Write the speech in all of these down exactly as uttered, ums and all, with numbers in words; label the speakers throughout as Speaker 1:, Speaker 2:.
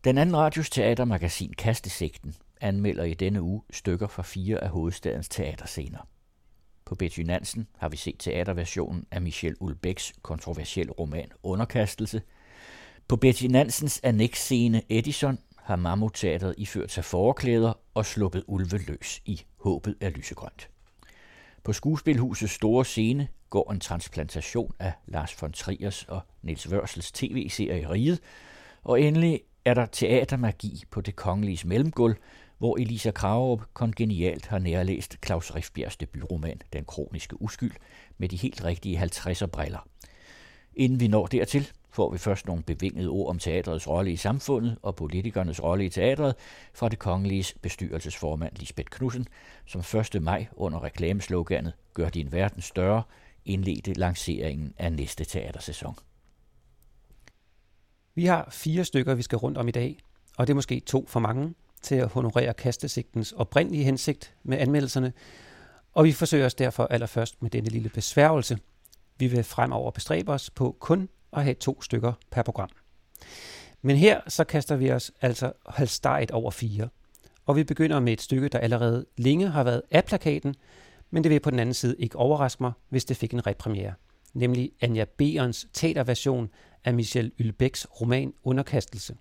Speaker 1: Den anden radios teatermagasin Kastesigten anmelder i denne uge stykker fra fire af hovedstadens teaterscener. På Betty Nansen har vi set teaterversionen af Michel Houellebecqs kontroversielle roman Underkastelse. På Betty Nansens anneksscene Edison har Mammutteatret iført sig forklæder og sluppet ulve løs i Håbet er lysegrønt. På Skuespilhusets store scene går en transplantation af Lars von Triers og Niels Wørsels tv-serie Riget, og endelig er der teatermagi på Det Kongeliges Mellemgulv, hvor Elisa Kragerup kongenialt har nærlæst Klaus Rifbjergs debutroman Den kroniske uskyld med de helt rigtige halvtredser-briller. Inden vi når dertil, får vi først nogle bevingede ord om teatrets rolle i samfundet og politikernes rolle i teatret fra Det Kongeliges bestyrelsesformand Lisbeth Knudsen, som første maj under reklamesloganet Gør din verden større, indledte lanceringen af næste teatersæson.
Speaker 2: Vi har fire stykker, vi skal rundt om i dag, og det er måske to for mange til at honorere Kastesigtens oprindelige hensigt med anmeldelserne, og vi forsøger os derfor allerførst med denne lille besværgelse. Vi vil fremover bestræbe os på kun at have to stykker per program. Men her så kaster vi os altså halvstejt over fire, og vi begynder med et stykke, der allerede længe har været af plakaten, men det vil på den anden side ikke overraske mig, hvis det fik en repremiere, nemlig Anja Behrens teaterversion af Michel Houellebecqs roman Underkastelse.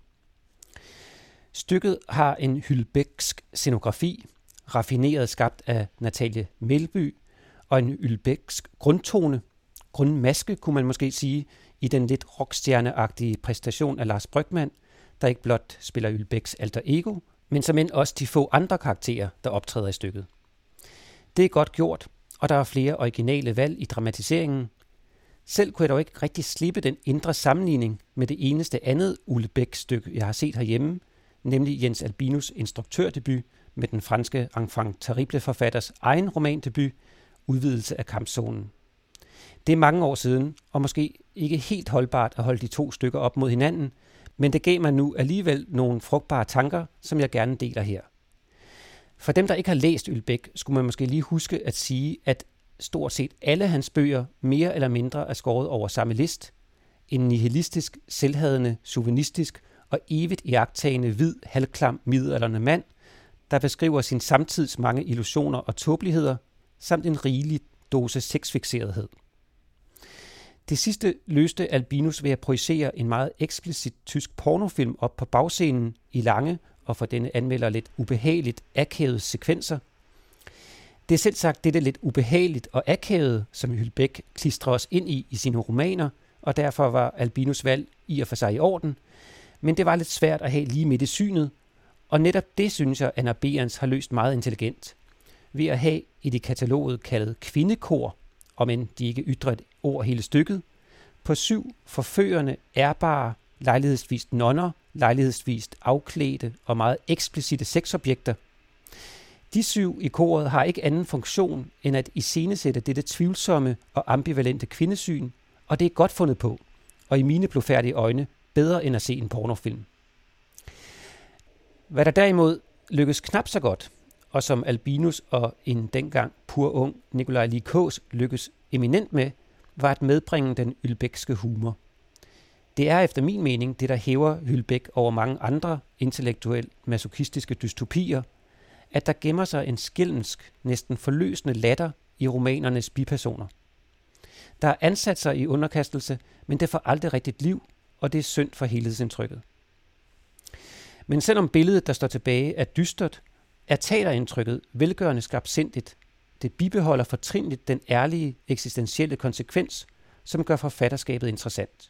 Speaker 2: Stykket har en Houellebecqsk scenografi, raffineret skabt af Natalie Melby, og en Houellebecqsk grundtone, grundmaske kunne man måske sige, i den lidt rockstjerneagtige præstation af Lars Brygmann, der ikke blot spiller Houellebecqs alter ego, men som end også de få andre karakterer, der optræder i stykket. Det er godt gjort, og der er flere originale valg i dramatiseringen. Selv kunne jeg dog ikke rigtig slippe den indre sammenligning med det eneste andet Houellebecq-stykke, jeg har set herhjemme, nemlig Jens Albinus instruktørdebut med den franske enfant terrible forfatters egen romandebut, Udvidelse af kampzonen. Det er mange år siden, og måske ikke helt holdbart at holde de to stykker op mod hinanden, men det gav mig nu alligevel nogle frugtbare tanker, som jeg gerne deler her. For dem, der ikke har læst Houellebecq, skulle man måske lige huske at sige, at stort set alle hans bøger mere eller mindre er skåret over samme list. En nihilistisk, selvhadende, chauvinistisk og evigt iagttagende hvid, halvklam, midaldrende mand, der beskriver sin samtids mange illusioner og tåbeligheder, samt en rigelig dose sexfikserethed. Det sidste løste Albinus ved at projicere en meget eksplicit tysk pornofilm op på bagscenen i lange og for denne anmelder lidt ubehageligt akavede sekvenser. Det er selv sagt dette lidt ubehageligt og akavet, som Houellebecq klistrer os ind i i sine romaner, og derfor var Albinus valg i og for sig i orden, men det var lidt svært at have lige midt i synet, og netop det synes jeg, Anja Behrens har løst meget intelligent, ved at have i det kataloget kaldet kvindekor, om end de ikke ytrer et ord hele stykket, på syv forførende, ærbare, lejlighedsvist nonner, lejlighedsvist afklædte og meget eksplicite sexobjekter. De syv i koret har ikke anden funktion, end at iscenesætte dette tvivlsomme og ambivalente kvindesyn, og det er godt fundet på, og i mine blufærdige øjne bedre end at se en pornofilm. Hvad der derimod lykkes knap så godt, og som Albinus og en dengang pur ung Nikolaj Lie Kaas lykkes eminent med, var at medbringe den Houellebecqske humor. Det er efter min mening det, der hæver Houellebecq over mange andre intellektuelt masochistiske dystopier, at der gemmer sig en skælmsk, næsten forløsende latter i romanernes bipersoner. Der er ansat sig i Underkastelse, men det får aldrig rigtigt liv, og det er synd for helhedsindtrykket. Men selvom billedet, der står tilbage, er dystert, er teaterindtrykket velgørende skarpsindigt. Det bibeholder fortrinligt den ærlige, eksistentielle konsekvens, som gør forfatterskabet interessant.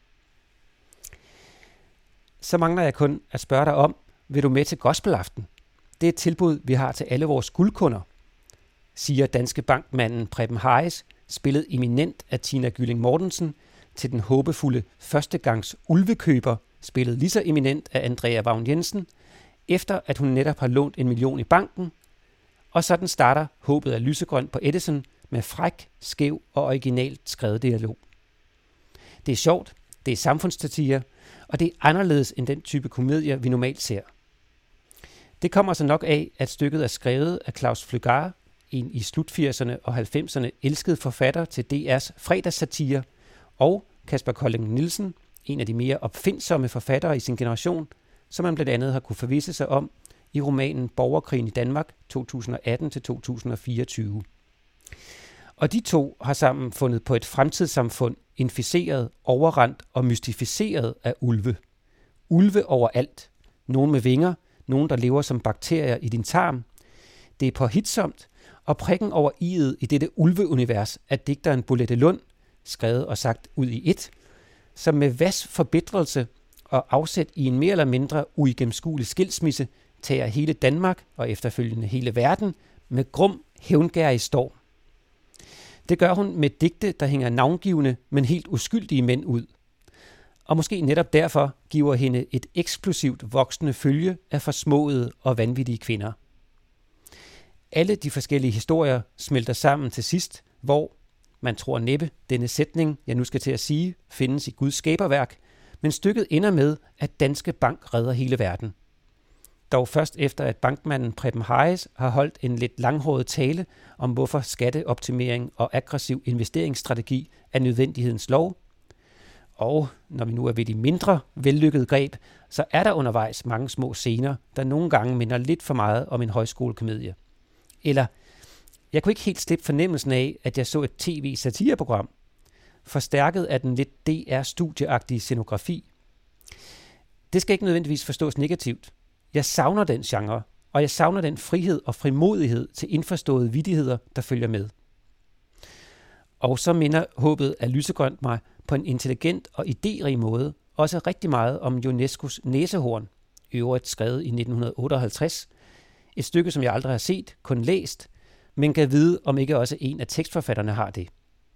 Speaker 2: Så mangler jeg kun at spørge dig om, vil du med til gospelaften? Det er et tilbud, vi har til alle vores guldkunder, siger danske bankmanden Preben Hayes, spillet eminent af Tina Gylling Mortensen, til den håbefulde førstegangs ulvekøber, spillet lige så eminent af Andrea Vagn Jensen, efter at hun netop har lånt en million i banken, og sådan starter Håbet er lysegrønt på Edison med fræk, skæv og originalt skrevet dialog. Det er sjovt, det er samfundssatire, og det er anderledes end den type komedier, vi normalt ser. Det kommer så nok af, at stykket er skrevet af Klaus Flygare, en i slut firserne og halvfemserne elsket forfatter til D R's fredagssatire, og Kasper Kolding Nielsen, en af de mere opfindsomme forfattere i sin generation, som man blandt andet har kunne forvisse sig om i romanen Borgerkrigen i Danmark to tusind og atten til to tusind og fireogtyve. Og de to har sammen fundet på et fremtidssamfund inficeret, overrendt og mystificeret af ulve. Ulve overalt. Nogle med vinger, nogle der lever som bakterier i din tarm. Det er påhitsomt, og prikken over i'et i dette ulveunivers er digteren Bolette Lund, skrevet og sagt ud i et, som med vas forbitrelse og afsæt i en mere eller mindre uigennemskuelig skilsmisse tager hele Danmark og efterfølgende hele verden med grum hævngærig storm. Det gør hun med digte, der hænger navngivende, men helt uskyldige mænd ud. Og måske netop derfor giver hende et eksplosivt voksende følge af forsmåede og vanvittige kvinder. Alle de forskellige historier smelter sammen til sidst, hvor, man tror næppe, denne sætning, jeg nu skal til at sige, findes i Guds skaberværk, men stykket ender med, at Danske Bank redder hele verden. Dog først efter, at bankmanden Preben Hayes har holdt en lidt langhåret tale om, hvorfor skatteoptimering og aggressiv investeringsstrategi er nødvendighedens lov. Og når vi nu er ved de mindre vellykkede greb, så er der undervejs mange små scener, der nogle gange minder lidt for meget om en højskolekomedie. Eller, jeg kunne ikke helt slippe fornemmelsen af, at jeg så et tv-satireprogram, forstærket af den lidt D R-studieagtige scenografi. Det skal ikke nødvendigvis forstås negativt. Jeg savner den genre, og jeg savner den frihed og frimodighed til indforståede vittigheder, der følger med. Og så minder håbet af lysegrønt mig på en intelligent og idérig måde også rigtig meget om UNESCO's Næsehorn, øvrigt skrevet i nitten otteoghalvtreds, et stykke, som jeg aldrig har set, kun læst, men kan vide, om ikke også en af tekstforfatterne har det.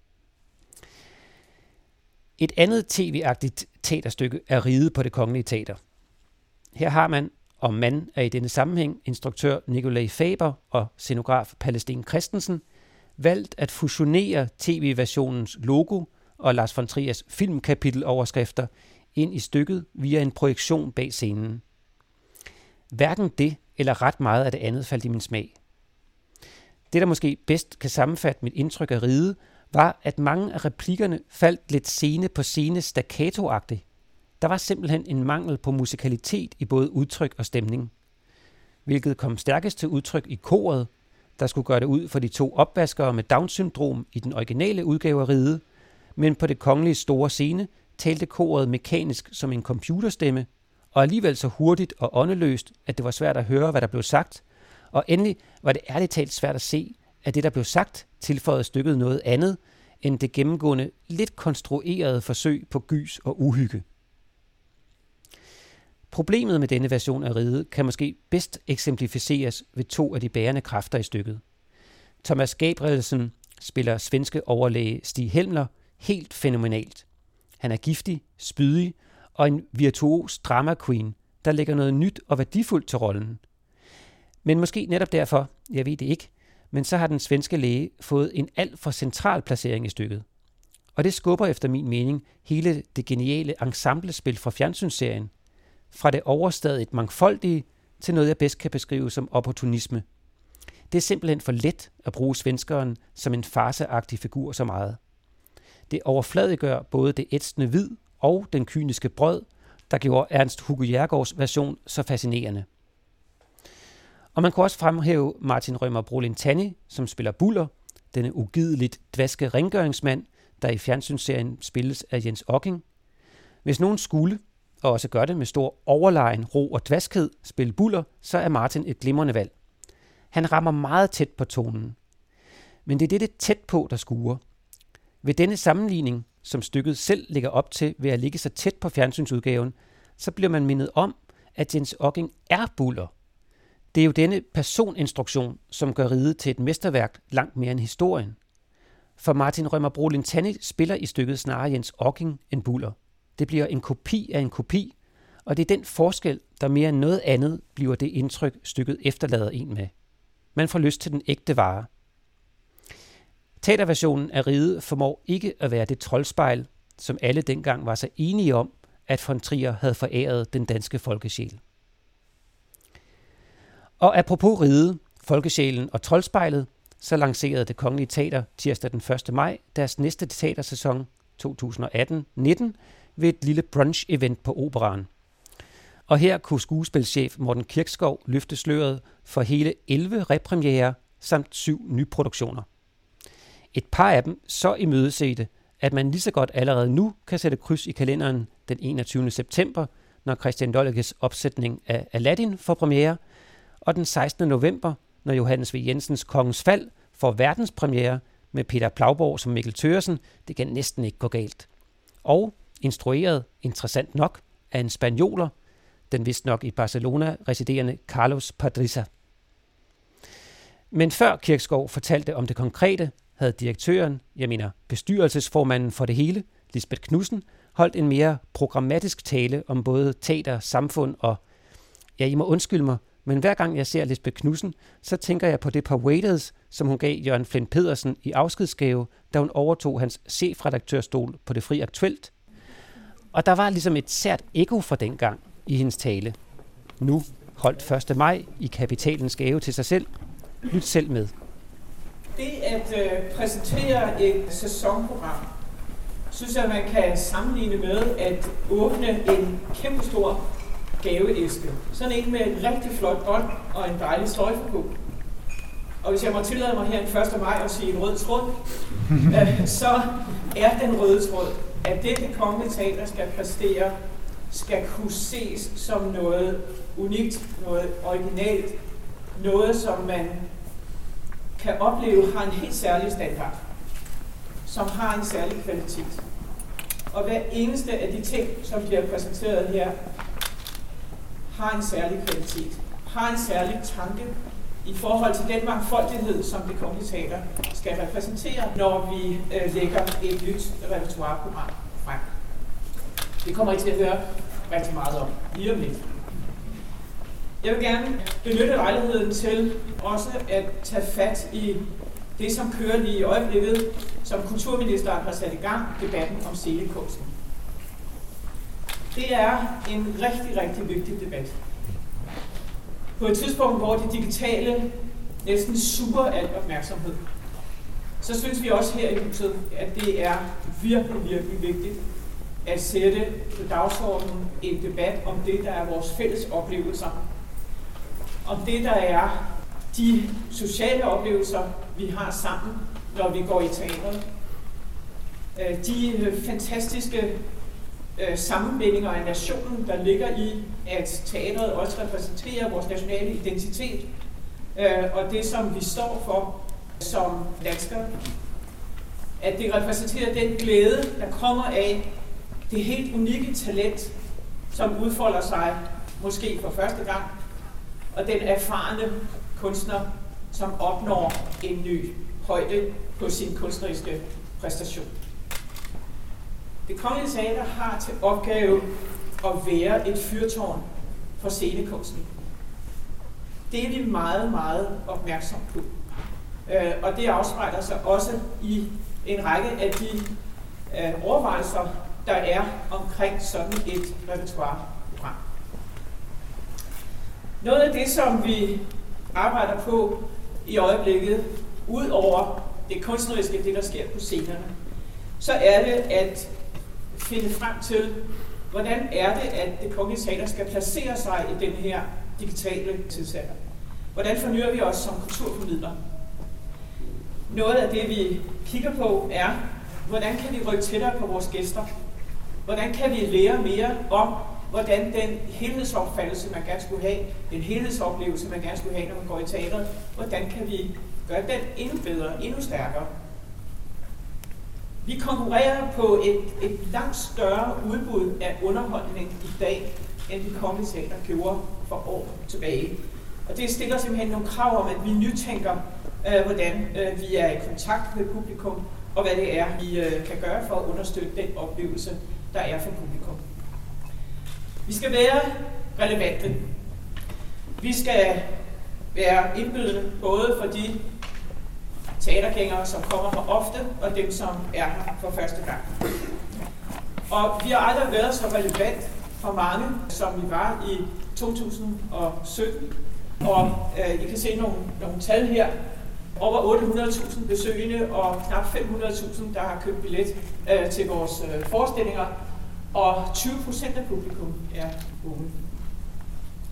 Speaker 2: Et andet tv-agtigt teaterstykke er Riget på Det Kongelige Teater. Her har man, og man er i denne sammenhæng, instruktør Nicolai Faber og scenograf Palle Steen Christensen, valgt at fusionere tv-versionens logo og Lars von Triers filmkapiteloverskrifter ind i stykket via en projektion bag scenen. Hverken det eller ret meget af det andet faldt i min smag. Det, der måske bedst kan sammenfatte mit indtryk af Riget, var, at mange af replikkerne faldt lidt scene på scene staccato-agtigt. Der var simpelthen en mangel på musikalitet i både udtryk og stemning, hvilket kom stærkest til udtryk i koret, der skulle gøre det ud for de to opvaskere med Down-syndrom i den originale udgave af Riget, men på Det Kongelige store scene talte koret mekanisk som en computerstemme, og alligevel så hurtigt og åndeløst, at det var svært at høre, hvad der blev sagt, og endelig var det ærligt talt svært at se, at det, der blev sagt, tilføjede stykket noget andet, end det gennemgående, lidt konstruerede forsøg på gys og uhygge. Problemet med denne version af Riget kan måske bedst eksemplificeres ved to af de bærende kræfter i stykket. Thomas Gabrielsen spiller svenske overlæge Stig Helmler helt fænomenalt. Han er giftig, spydig og en virtuos drama queen, der lægger noget nyt og værdifuldt til rollen. Men måske netop derfor, jeg ved det ikke, men så har den svenske læge fået en alt for central placering i stykket. Og det skubber efter min mening hele det geniale ensemblespil fra fjernsynsserien, fra det overstadigt mangfoldige til noget, jeg bedst kan beskrive som opportunisme. Det er simpelthen for let at bruge svenskeren som en farseagtig figur så meget. Det overfladiggør både det ætsende vid og den kyniske brød, der gjorde Ernst Hugo Järegårds version så fascinerende. Og man kan også fremhæve Martin Rømer Brolin Tanny, som spiller Buller, denne ugideligt dvaske rengøringsmand, der i fjernsynsserien spilles af Jens Ocking. Hvis nogen skulle, og også gør det med stor overlegen, ro og dvaskhed, spille Buller, så er Martin et glimrende valg. Han rammer meget tæt på tonen. Men det er dette tæt på, der skuer. Ved denne sammenligning, som stykket selv ligger op til ved at ligge så tæt på fjernsynsudgaven, så bliver man mindet om, at Jens Ocking er Buller. Det er jo denne personinstruktion, som gør Riget til et mesterværk langt mere end historien. For Martin Rømer Brolin Tanny spiller i stykket snarere Jens Ocking end Buller. Det bliver en kopi af en kopi, og det er den forskel, der mere end noget andet bliver det indtryk, stykket efterlader en med. Man får lyst til den ægte vare. Teaterversionen af Riget formår ikke at være det troldspejl, som alle dengang var så enige om, at von Trier havde foræret den danske folkesjæl. Og apropos Riget, folkesjælen og troldspejlet, så lancerede Det Kongelige Teater tirsdag den første maj deres næste teatersæson to tusind og atten nitten ved et lille brunch-event på Operaen. Og her kunne skuespilchef Morten Kirkskov løfte sløret for hele elleve repremierer samt syv nyproduktioner. Et par af dem så imødesete, at man lige så godt allerede nu kan sætte kryds i kalenderen den enogtyvende september, når Christian Lollekes opsætning af Aladdin får premiere, og den sekstende november, når Johannes V. Jensens Kongens Fald får verdenspremiere med Peter Plauborg som Mikkel Thøgersen. Det kan næsten ikke gå galt. Og instrueret, interessant nok, af en spanioler, den vist nok i Barcelona residerende Carlos Padriza. Men før Kirkskov fortalte om det konkrete, havde direktøren, jeg mener bestyrelsesformanden for det hele, Lisbeth Knudsen, holdt en mere programmatisk tale om både teater, samfund og, ja, I må undskylde mig, men hver gang jeg ser Lisbeth Knudsen, så tænker jeg på det par waiters, som hun gav Jørgen Flint Pedersen i afskedsgave, da hun overtog hans chefredaktørstol på Det Fri Aktuelt. Og der var ligesom et sært ekko fra dengang i hendes tale. Nu holdt første maj i Kapitalens gave til sig selv. Lyt selv med.
Speaker 3: Det at øh, præsentere et sæsonprogram, synes jeg, man kan sammenligne med at åbne en kæmpestor gaveæske. Sådan en med et rigtig flot bånd og en dejlig sløjfe på. Og hvis jeg må tillade mig her den første maj at sige en rød tråd, øh, så er den røde tråd, at det, Det Kongelige Teater skal præstere, skal kunne ses som noget unikt, noget originalt, noget, som man kan opleve har en helt særlig standard, som har en særlig kvalitet. Og hver eneste af de ting, som bliver præsenteret her, har en særlig kvalitet, har en særlig tanke i forhold til den mangfoldighed, som Det Kongelige Teater skal repræsentere, når vi øh, lægger et nyt repertoireprogram frem. Det kommer I til at høre rigtig meget om lige om lidt. Jeg vil gerne benytte lejligheden til også at tage fat i det, som kører lige i øjeblikket, som kulturministeren har sat i gang, debatten om scenekunsten. Det er en rigtig, rigtig vigtig debat. På et tidspunkt, hvor det digitale næsten suger al opmærksomhed, så synes vi også her i huset, at det er virkelig, virkelig vigtigt at sætte på dagsordenen en debat om det, der er vores fælles oplevelser. Om det, der er de sociale oplevelser, vi har sammen, når vi går i teatret. De fantastiske sammenbindinger af nationen, der ligger i, at teatret også repræsenterer vores nationale identitet, og det, som vi står for som danskere. At det repræsenterer den glæde, der kommer af det helt unikke talent, som udfolder sig måske for første gang, og den erfarne kunstner, som opnår en ny højde på sin kunstneriske præstation. Det Kongelige Teater har til opgave at være et fyrtårn for scenekunsten. Det er vi meget, meget opmærksom på. Og det afspejler sig også i en række af de overvejelser, der er omkring sådan et repertoireprogram. Noget af det, som vi arbejder på i øjeblikket, ud over det kunstneriske, det der sker på scenerne, så er det at finde frem til, hvordan er det, at Det Kongelige Teater skal placere sig i den her digitale tidsalder. Hvordan fornyer vi os som kulturformidler? Noget af det, vi kigger på, er, hvordan kan vi rykke tættere på vores gæster? Hvordan kan vi lære mere om, hvordan den helhedsopfattelse, man gerne skulle have, den helhedsoplevelse, man gerne skulle have, når man går i teatret, hvordan kan vi gøre den endnu bedre, endnu stærkere? Vi konkurrerer på et, et langt større udbud af underholdning i dag, end Det Kongelige Teater gjorde for år tilbage. Og det stiller simpelthen nogle krav om, at vi nytænker, øh, hvordan øh, vi er i kontakt med publikum, og hvad det er, vi øh, kan gøre for at understøtte den oplevelse, der er for publikum. Vi skal være relevante. Vi skal være indbydende både for de teatergængere, som kommer her ofte, og dem, som er her for første gang. Og vi har aldrig været så relevant for mange, som vi var i to tusind og sytten. Og øh, I kan se nogle, nogle tal her. Over otte hundrede tusind besøgende og knap fem hundrede tusind, der har købt billet øh, til vores øh, forestillinger. Og tyve procent af publikum er unge.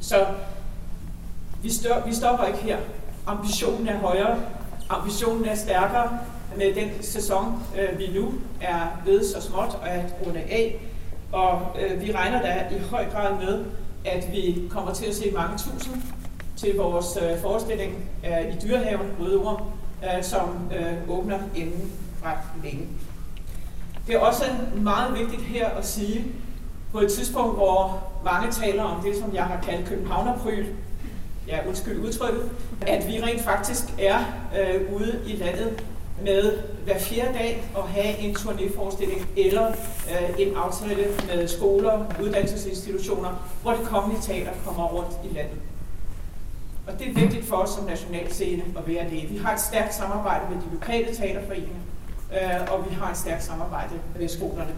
Speaker 3: Så vi, stør, vi stopper ikke her. Ambitionen er højere, ambitionen er stærkere med den sæson, øh, vi nu er ved så småt og er rundet af. Og øh, vi regner da i høj grad med, at vi kommer til at se mange tusind til vores øh, forestilling øh, i Dyrehaven, Røde Ord, øh, som øh, åbner inden ret længe. Det er også meget vigtigt her at sige, på et tidspunkt, hvor mange taler om det, som jeg har kaldt københavnerpryl, ja, undskyld udtrykket, at vi rent faktisk er øh, ude i landet med hver fjerde dag at have en turnéforestilling eller øh, en aftale med skoler, uddannelsesinstitutioner, hvor det kongelige teater kommer rundt i landet. Og det er vigtigt for os som nationalscene at være det. Vi har et stærkt samarbejde med de lokale teaterforeninger, øh, og vi har et stærkt samarbejde med skolerne.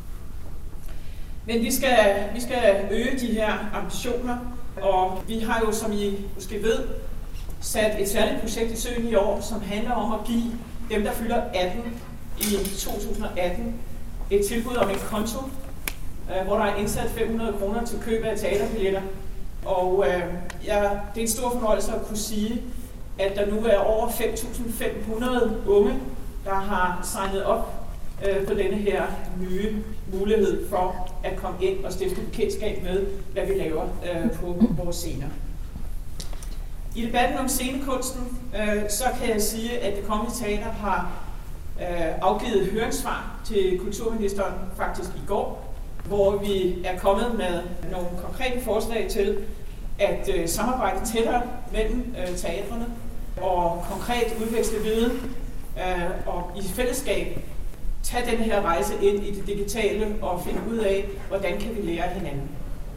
Speaker 3: Men vi skal, vi skal øge de her ambitioner, og vi har jo, som I måske ved, sat et særligt projekt i søen i år, som handler om at give dem, der fylder atten i to tusind og atten, et tilbud om en konto, hvor der er indsat fem hundrede kroner til køb af teaterbilletter. Og øh, ja, det er en stor fornøjelse at kunne sige, at der nu er over fem tusind fem hundrede unge, der har signet op øh, på denne her nye mulighed for at komme ind og stifte bekendtskab med, hvad vi laver øh, på vores scener. I debatten om scenekunsten, øh, så kan jeg sige, at Det Kongelige Teater har øh, afgivet høringssvar til kulturministeren faktisk i går, hvor vi er kommet med nogle konkrete forslag til at øh, samarbejde tættere mellem øh, teatrene og konkret udveksle viden øh, og i fællesskab tage den her rejse ind i det digitale og finde ud af, hvordan kan vi lære hinanden.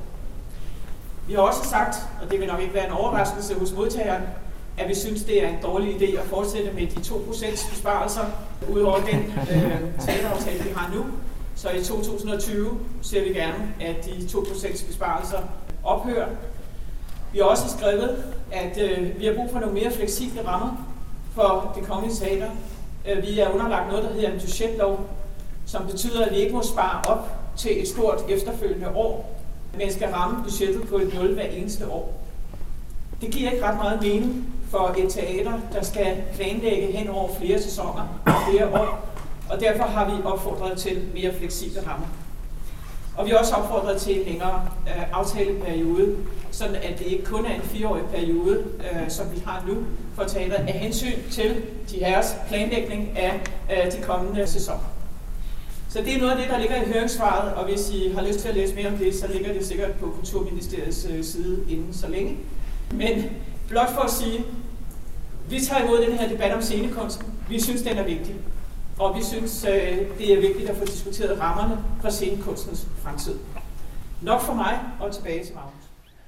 Speaker 3: Vi har også sagt, og det vil nok ikke være en overraskelse hos modtageren, at vi synes, det er en dårlig idé at fortsætte med de to procent besparelser ud over den øh, teateraftale, vi har nu. Så i to tusind og tyve ser vi gerne, at de to procent besparelser ophører. Vi har også skrevet, at øh, vi har brug for nogle mere fleksible rammer for Det Kongelige Teater. Øh, vi er underlagt noget, der hedder en budgetlov, som betyder, at vi ikke må spare op til et stort efterfølgende år, men skal ramme budgettet på et nul hver eneste år. Det giver ikke ret meget mening for et teater, der skal planlægge hen over flere sæsoner og flere år, og derfor har vi opfordret til mere fleksible rammer. Og vi har også opfordret til en længere øh, aftaleperiode, sådan at det ikke kun er en fireårig periode, øh, som vi har nu for teater, af hensyn til de herres planlægning af øh, de kommende sæsoner. Så det er noget af det, der ligger i høringssvaret, og hvis I har lyst til at læse mere om det, så ligger det sikkert på Kulturministeriets øh, side inden så længe. Men blot for at sige, vi tager imod den her debat om scenekunsten. Vi synes, den er vigtig. Og vi synes, øh, det er vigtigt at få diskuteret rammerne for scenekunstens fremtid. Nok for mig, og tilbage til Magnus.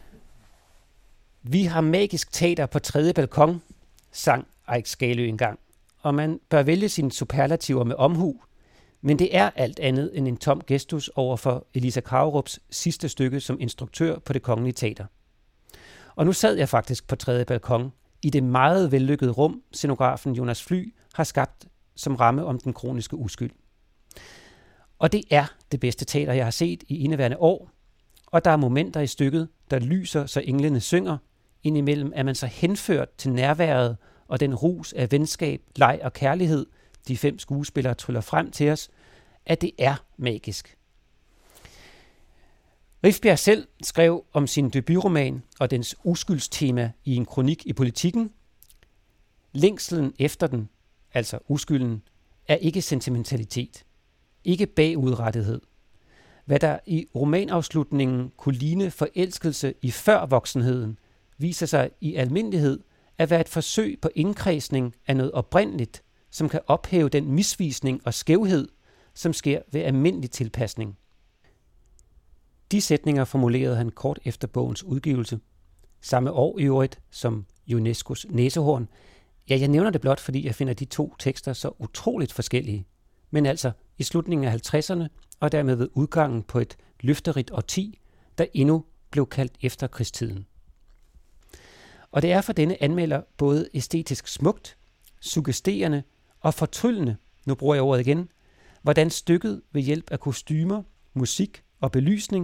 Speaker 2: Vi har magisk teater på tredje balkon, sang Eik Skaløe engang. Og man bør vælge sine superlativer med omhu, men det er alt andet end en tom gestus over for Elisa Kragerups sidste stykke som instruktør på Det Kongelige Teater. Og nu sad jeg faktisk på tredje balkon i det meget vellykkede rum, scenografen Jonas Fly har skabt som ramme om den kroniske uskyld. Og det er det bedste teater, jeg har set i indeværende år, og der er momenter i stykket, der lyser, så englene synger. Indimellem er man så henført til nærværet og den rus af venskab, leg og kærlighed, de fem skuespillere tryller frem til os, at det er magisk. Rifbjerg selv skrev om sin debutroman og dens uskyldstema i en kronik i Politikken. Længslen efter den, altså uskylden, er ikke sentimentalitet, ikke bagudrettethed. Hvad der i romanafslutningen kunne ligne forelskelse i førvoksenheden, viser sig i almindelighed at være et forsøg på indkredsning af noget oprindeligt, som kan ophæve den misvisning og skævhed, som sker ved almindelig tilpasning. De sætninger formulerede han kort efter bogens udgivelse. Samme år i øvrigt som UNESCOs næsehorn. Ja, jeg nævner det blot, fordi jeg finder de to tekster så utroligt forskellige. Men altså i slutningen af halvtredserne og dermed ved udgangen på et løfterigt årti, der endnu blev kaldt efterkrigstiden. Og det er for denne anmelder både æstetisk smukt, suggesterende og fortryllende, nu bruger jeg ordet igen, hvordan stykket ved hjælp af kostymer, musik og belysning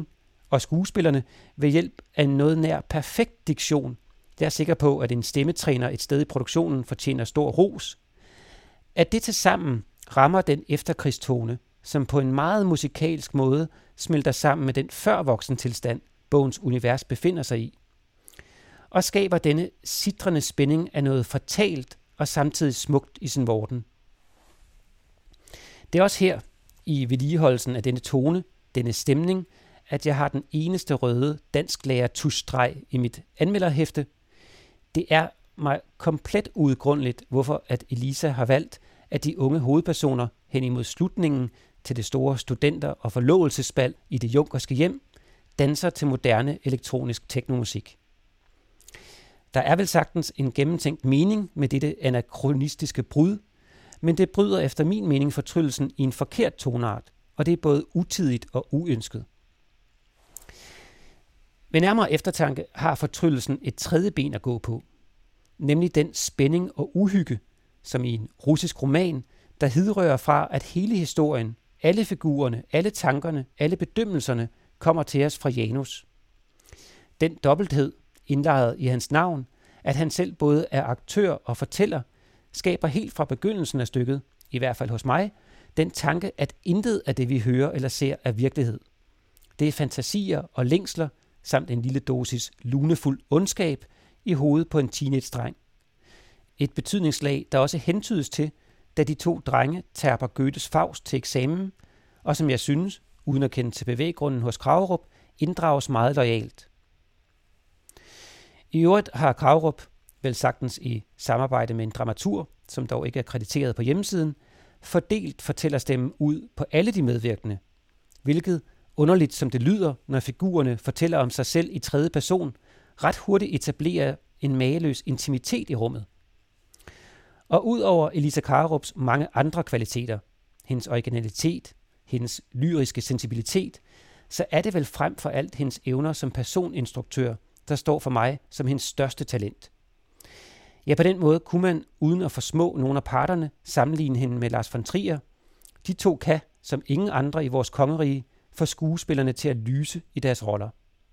Speaker 2: og skuespillerne ved hjælp af en noget nær perfekt diktion. Jeg er sikker på, at en stemmetræner et sted i produktionen fortjener stor ros. At det tilsammen rammer den efterkrigstone, som på en meget musikalsk måde smelter sammen med den førvoksentilstand, bogens univers befinder sig i, og skaber denne sitrende spænding af noget fatalt og samtidig smukt i sin vorden. Det er også her, i vedligeholdelsen af denne tone, denne stemning, at jeg har den eneste røde dansklærer tusstreg i mit anmelderhæfte. Det er mig komplet uudgrundeligt, hvorfor at Elisa har valgt, at de unge hovedpersoner hen imod slutningen til det store studenter- og forlovelsesbal i det junkerske hjem, danser til moderne elektronisk teknomusik. Der er vel sagtens en gennemtænkt mening med dette anakronistiske brud, men det bryder efter min mening fortryllelsen i en forkert tonart, og det er både utidigt og uønsket. Ved nærmere eftertanke har fortryllelsen et tredje ben at gå på, nemlig den spænding og uhygge, som i en russisk roman, der hidrører fra, at hele historien, alle figurerne, alle tankerne, alle bedømmelserne kommer til os fra Janus. Den dobbelthed, indlejret i hans navn, at han selv både er aktør og fortæller, skaber helt fra begyndelsen af stykket, i hvert fald hos mig, den tanke, at intet af det, vi hører eller ser, er virkelighed. Det er fantasier og længsler, samt en lille dosis lunefuld ondskab i hovedet på en teenage-dreng. Et betydningslag, der også hentydes til, da de to drenge terper Goethes Faust til eksamen, og som jeg synes, uden at kende til bevæggrunden hos Kragerup, inddrages meget loyalt. I øvrigt har Kragerup, vel sagtens i samarbejde med en dramaturg, som dog ikke er krediteret på hjemmesiden, fordelt fortællerstemmen ud på alle de medvirkende, hvilket, underligt som det lyder, når figurerne fortæller om sig selv i tredje person, ret hurtigt etablerer en mageløs intimitet i rummet. Og ud over Elisa Kragerups mange andre kvaliteter, hendes originalitet, hendes lyriske sensibilitet, så er det vel frem for alt hendes evner som personinstruktør, der står for mig som hendes største talent. Ja, på den måde kunne man, uden at forsmå nogen af parterne, sammenligne hende med Lars von Trier. De to kan, som ingen andre i vores kongerige, få skuespillerne til at lyse i deres roller.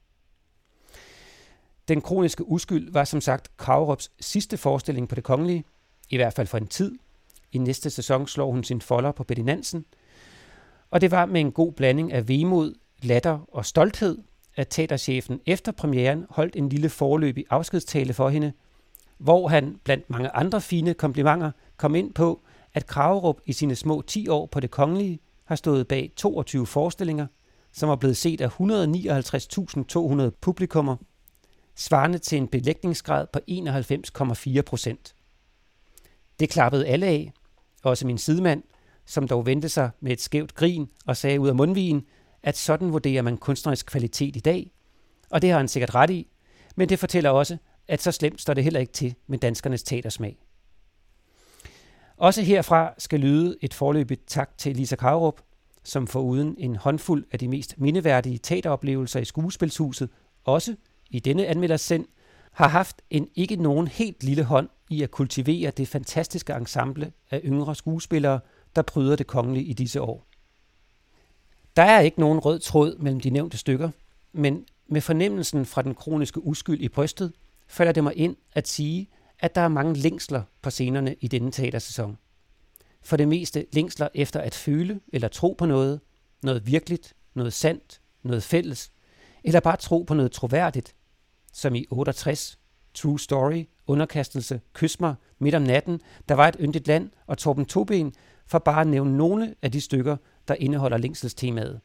Speaker 2: Den kroniske uskyld var som sagt Kragerups sidste forestilling på Det Kongelige, i hvert fald for en tid. I næste sæson slår hun sin folder på Betty Nansen, og det var med en god blanding af vemod, latter og stolthed, at teaterchefen efter premieren holdt en lille foreløbig afskedstale for hende, hvor han blandt mange andre fine komplimenter kom ind på, at Kragerup i sine små ti år på Det Kongelige har stået bag toogtyve forestillinger, som er blevet set af et hundrede og nioghalvtreds tusind to hundrede publikummer, svarende til en belægningsgrad på enoghalvfems komma fire procent. Det klappede alle af, også min sidemand, som dog vendte sig med et skævt grin og sagde ud af mundvigen, at sådan vurderer man kunstnerisk kvalitet i dag, og det har han sikkert ret i, men det fortæller også, at så slemt står det heller ikke til med danskernes teatersmag. Også herfra skal lyde et forløbigt tak til Elisa Kragerup, som foruden en håndfuld af de mest mindeværdige teateroplevelser i Skuespilshuset, også i denne anmelders sind, har haft en ikke nogen helt lille hånd i at kultivere det fantastiske ensemble af yngre skuespillere, der pryder Det Kongelige i disse år. Der er ikke nogen rød tråd mellem de nævnte stykker, men med fornemmelsen fra den kroniske uskyld i brystet, falder det mig ind at sige, at der er mange længsler på scenerne i denne teatersæson. For det meste længsler efter at føle eller tro på noget, noget virkeligt, noget sandt, noget fælles, eller bare tro på noget troværdigt, som i otteogtres, True Story, Underkastelse, Kys mig, Midt om natten, Der var et yndigt land og Torben Toben, for bare at nævne nogle af de stykker, der indeholder længselstemaet.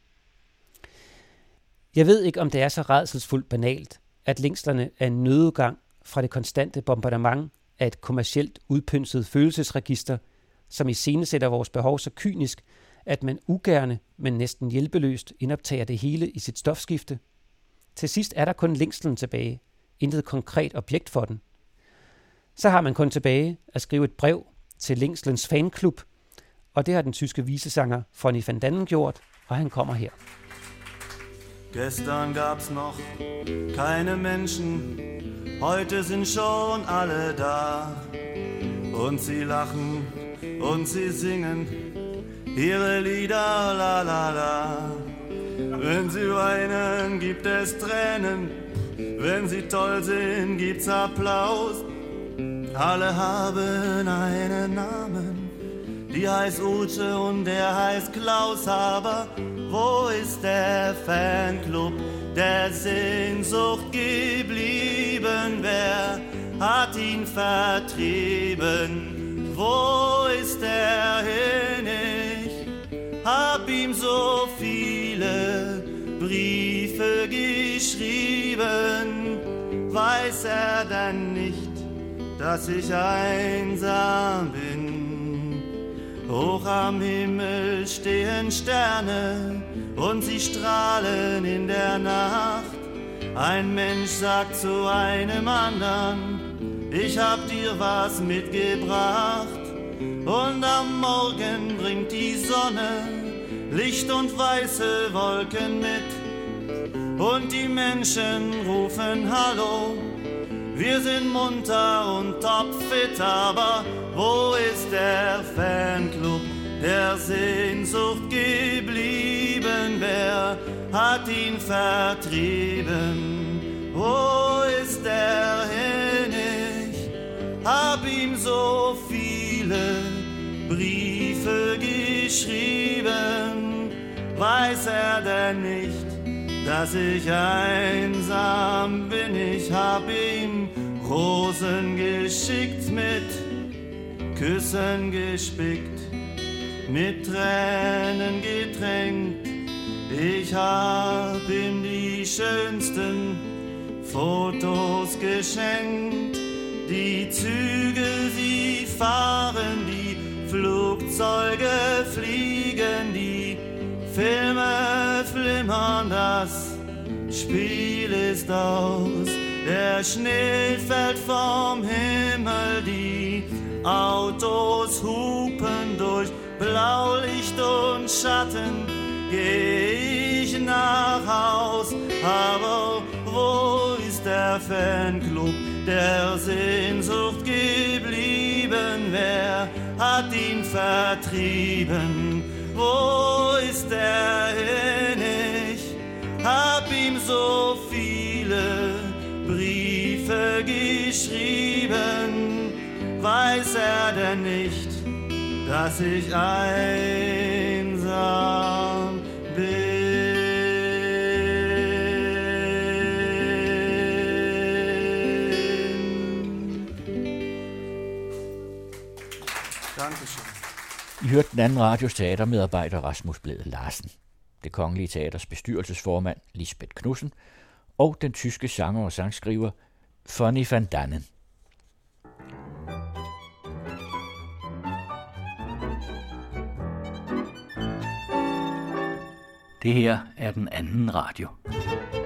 Speaker 2: Jeg ved ikke, om det er så rædselsfuldt banalt, at længslerne er en nødudgang fra det konstante bombardement af et kommercielt udpynset følelsesregister, som iscenesætter vores behov så kynisk, at man ugerne, men næsten hjælpeløst indoptager det hele i sit stofskifte. Til sidst er der kun længslen tilbage, intet konkret objekt for den. Så har man kun tilbage at skrive et brev til længslens fanklub, og det har den tyske visesanger Fonny van Dannen gjort, og han kommer her.
Speaker 4: Gestern gab's noch keine Menschen, heute sind schon alle da. Und sie lachen und sie singen ihre Lieder, la la la. Wenn sie weinen, gibt es Tränen. Wenn sie toll sind, gibt's Applaus. Alle haben einen Namen. Die heißt Ute und der heißt Klaus. Aber wo ist der Fanclub der Sehnsucht geblieben? Wer hat ihn vertrieben? Wo ist er hin? Ich hab ihm so viele Briefe geschrieben. Weiß er denn nicht, dass ich einsam bin? Hoch am Himmel stehen Sterne und sie strahlen in der Nacht. Ein Mensch sagt zu einem anderen: Ich hab dir was mitgebracht. Und am Morgen bringt die Sonne Licht und weiße Wolken mit. Und die Menschen rufen Hallo, wir sind munter und topfit. Aber wo ist der Fanclub der Sehnsucht geblieben? Wer hat ihn vertrieben? Wo ist er hin? Ich hab ihm so viele Briefe geschrieben. Weiß er denn nicht, dass ich einsam bin? Ich hab ihm Rosen geschickt, mit Küssen gespickt, mit Tränen getränkt. Ich hab ihm die schönsten Fotos geschenkt. Die Züge, sie fahren, die Flugzeuge fliegen, die Filme flimmern, das Spiel ist aus. Der Schnee fällt vom Himmel, die Autos hupen durch Blaulicht und Schatten. Geh ich nach Haus, aber wo ist der Fanclub der Sehnsucht geblieben? Wer hat ihn vertrieben? Wo ist er hin? Ich hab ihm so viele Briefe geschrieben. Weiß er denn nicht, dass ich einsam bin? Dankeschön.
Speaker 1: I hørte den anden radios teatermedarbejder Rasmus Blædel Larsen, Det Kongelige Teaters bestyrelsesformand Lisbeth Knudsen og den tyske sanger og sangskriver Fanny van Dannen. Det her er den anden radio.